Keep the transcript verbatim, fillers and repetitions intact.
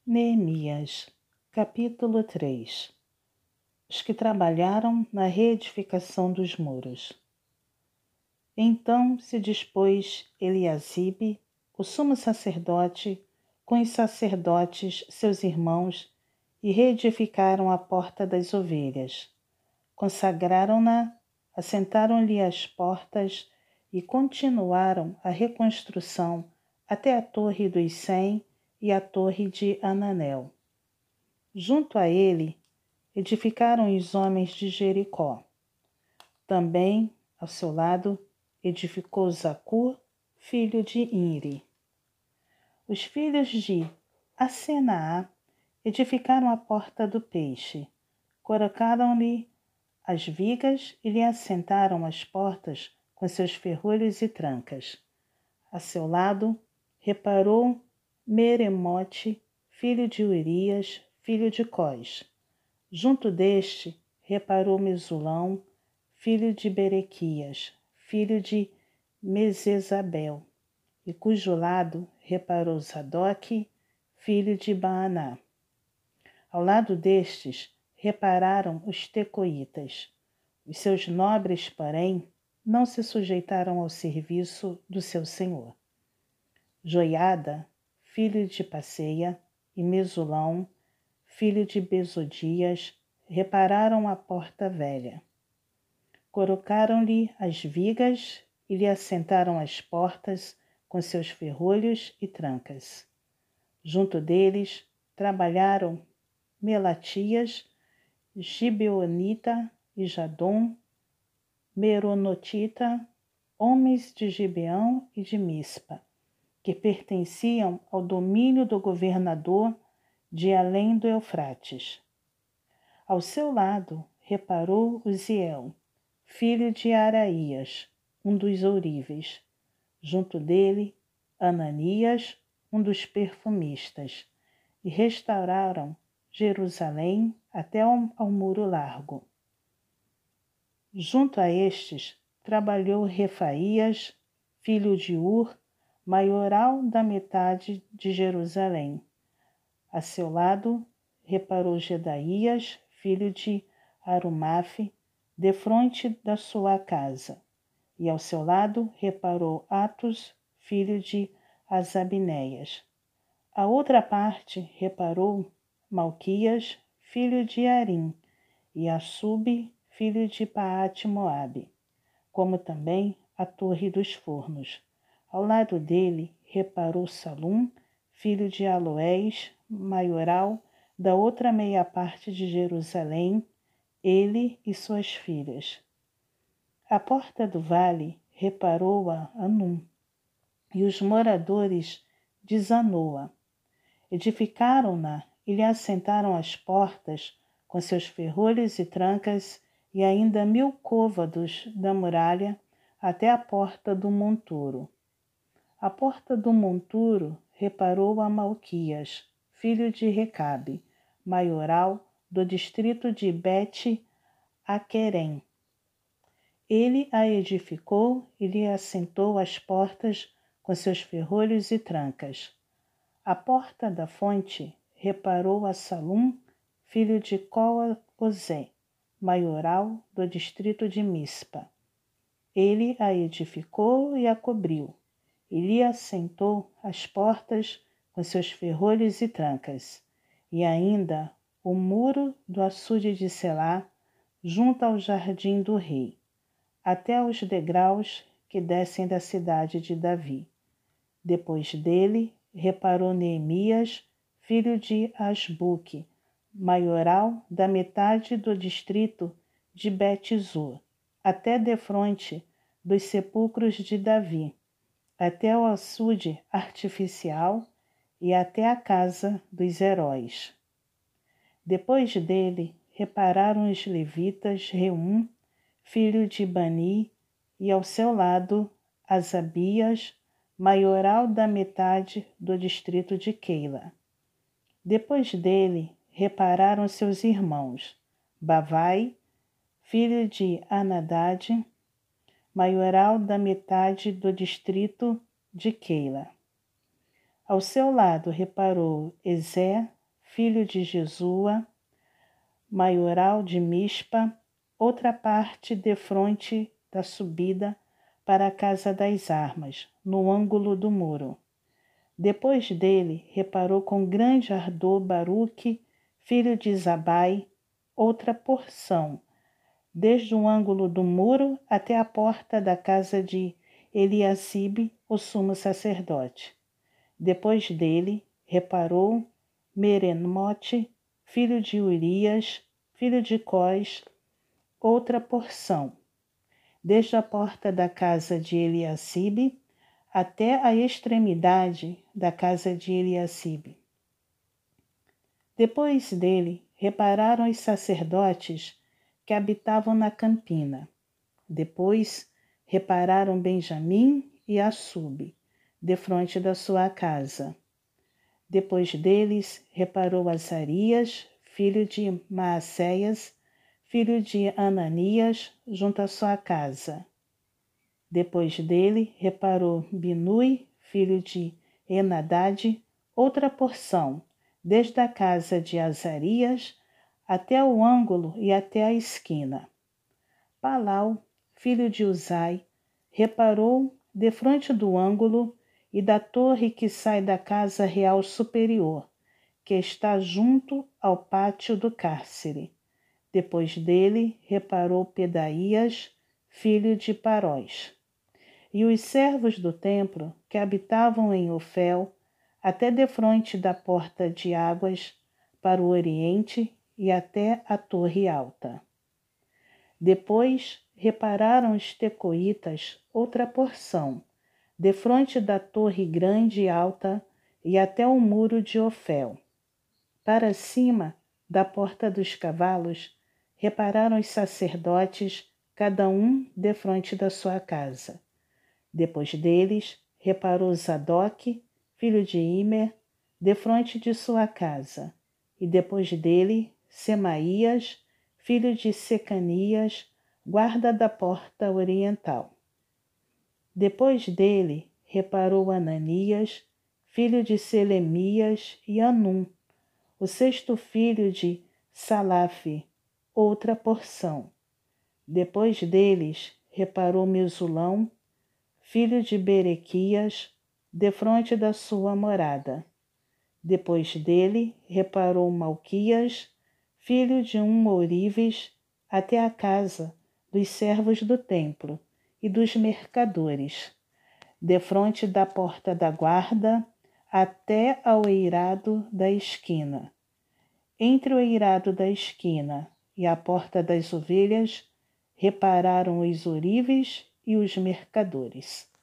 Neemias, capítulo três. Os que trabalharam na reedificação dos muros. Então se dispôs Eliasibe, o sumo sacerdote, com os sacerdotes, seus irmãos, e reedificaram a porta das ovelhas. Consagraram-na, assentaram-lhe as portas e continuaram a reconstrução até a Torre dos Cem e a Torre de Ananel. Junto a ele, edificaram os homens de Jericó. Também, ao seu lado, edificou Zacur, filho de Inri. Os filhos de Asenaá edificaram a porta do peixe, colocaram-lhe as vigas e lhe assentaram as portas com seus ferrolhos e trancas. A seu lado, reparou Meremote, filho de Urias, filho de Cós. Junto deste, reparou Mesulão, filho de Berequias, filho de Mesesabel, e cujo lado reparou Zadoque, filho de Baaná. Ao lado destes, repararam os tecoitas. Os seus nobres, porém, não se sujeitaram ao serviço do seu senhor. Joiada, filho de Passeia, e Mesulão, filho de Besodias, repararam a porta velha. Colocaram-lhe as vigas e lhe assentaram as portas com seus ferrolhos e trancas. Junto deles trabalharam Melatias, Gibeonita e Jadom, Meronotita, homens de Gibeão e de Mispa, que pertenciam ao domínio do governador de além do Eufrates. Ao seu lado reparou Uziel, filho de Araías, um dos ouríveis. Junto dele, Ananias, um dos perfumistas, e restauraram Jerusalém até ao, ao muro largo. Junto a estes, trabalhou Refaías, filho de Ur, maioral da metade de Jerusalém. A seu lado, reparou Gedaías, filho de Arumafe, defronte da sua casa. E ao seu lado, reparou Atos, filho de Asabinéias. A outra parte reparou Malquias, filho de Arim, e Assube, filho de Paate-Moabe, como também a Torre dos Fornos. Ao lado dele reparou Salum, filho de Aloés, maioral da outra meia parte de Jerusalém, ele e suas filhas. A porta do vale reparou-a Anum, e os moradores de Zanoa. Edificaram-na e lhe assentaram as portas com seus ferrolhos e trancas e ainda mil côvados da muralha até a porta do monturo. A porta do monturo reparou a Malquias, filho de Recabe, maioral do distrito de Bet-Aquerem. Ele a edificou e lhe assentou as portas com seus ferrolhos e trancas. A porta da fonte reparou a Salum, filho de Coa-Ozé, maioral do distrito de Mispa. Ele a edificou e a cobriu, e lhe assentou as portas com seus ferrolhos e trancas, e ainda o muro do açude de Selá, junto ao jardim do rei, até os degraus que descem da cidade de Davi. Depois dele, reparou Neemias, filho de Asbuque, maioral da metade do distrito de Bet-Zur, até defronte dos sepulcros de Davi, até o açude artificial e até a casa dos heróis. Depois dele, repararam os levitas Reum, filho de Bani, e ao seu lado Asabias, maioral da metade do distrito de Keila. Depois dele, repararam seus irmãos, Bavai, filho de Anadade, maioral da metade do distrito de Keila. Ao seu lado reparou Ezé, filho de Jesua, maioral de Mispa, outra parte defronte da subida para a casa das armas, no ângulo do muro. Depois dele, reparou com grande ardor Baruque, filho de Zabai, outra porção, desde o ângulo do muro até a porta da casa de Eliacibe, o sumo sacerdote. Depois dele, reparou Meremote, filho de Urias, filho de Cós, outra porção, desde a porta da casa de Eliacibe até a extremidade da casa de Eliacibe. Depois dele, repararam os sacerdotes que habitavam na campina. Depois, repararam Benjamim e Assube, defronte da sua casa. Depois deles, reparou Azarias, filho de Maacéias, filho de Ananias, junto à sua casa. Depois dele, reparou Binui, filho de Enadade, outra porção, desde a casa de Azarias até o ângulo e até a esquina. Palau, filho de Uzai, reparou defronte do ângulo e da torre que sai da casa real superior, que está junto ao pátio do cárcere. Depois dele, reparou Pedaías, filho de Parós. E os servos do templo, que habitavam em Ofel, até defronte da porta de águas, para o oriente e até a torre alta. Depois, repararam os tecoitas, outra porção, defronte da torre grande e alta e até o muro de Ofel. Para cima da porta dos cavalos, repararam os sacerdotes, cada um defronte da sua casa. Depois deles, reparou Zadok, filho de Imer, defronte de sua casa. E depois dele, Semaías, filho de Secanias, guarda da porta oriental. Depois dele, reparou Ananias, filho de Selemias, e Anum, o sexto filho de Salafe, outra porção. Depois deles, reparou Mesulão, filho de Berequias, defronte da sua morada. Depois dele, reparou Malquias, filho de um ourives, até a casa dos servos do templo e dos mercadores, defronte da porta da guarda até ao eirado da esquina. Entre o eirado da esquina e a porta das ovelhas, repararam os ourives e os mercadores.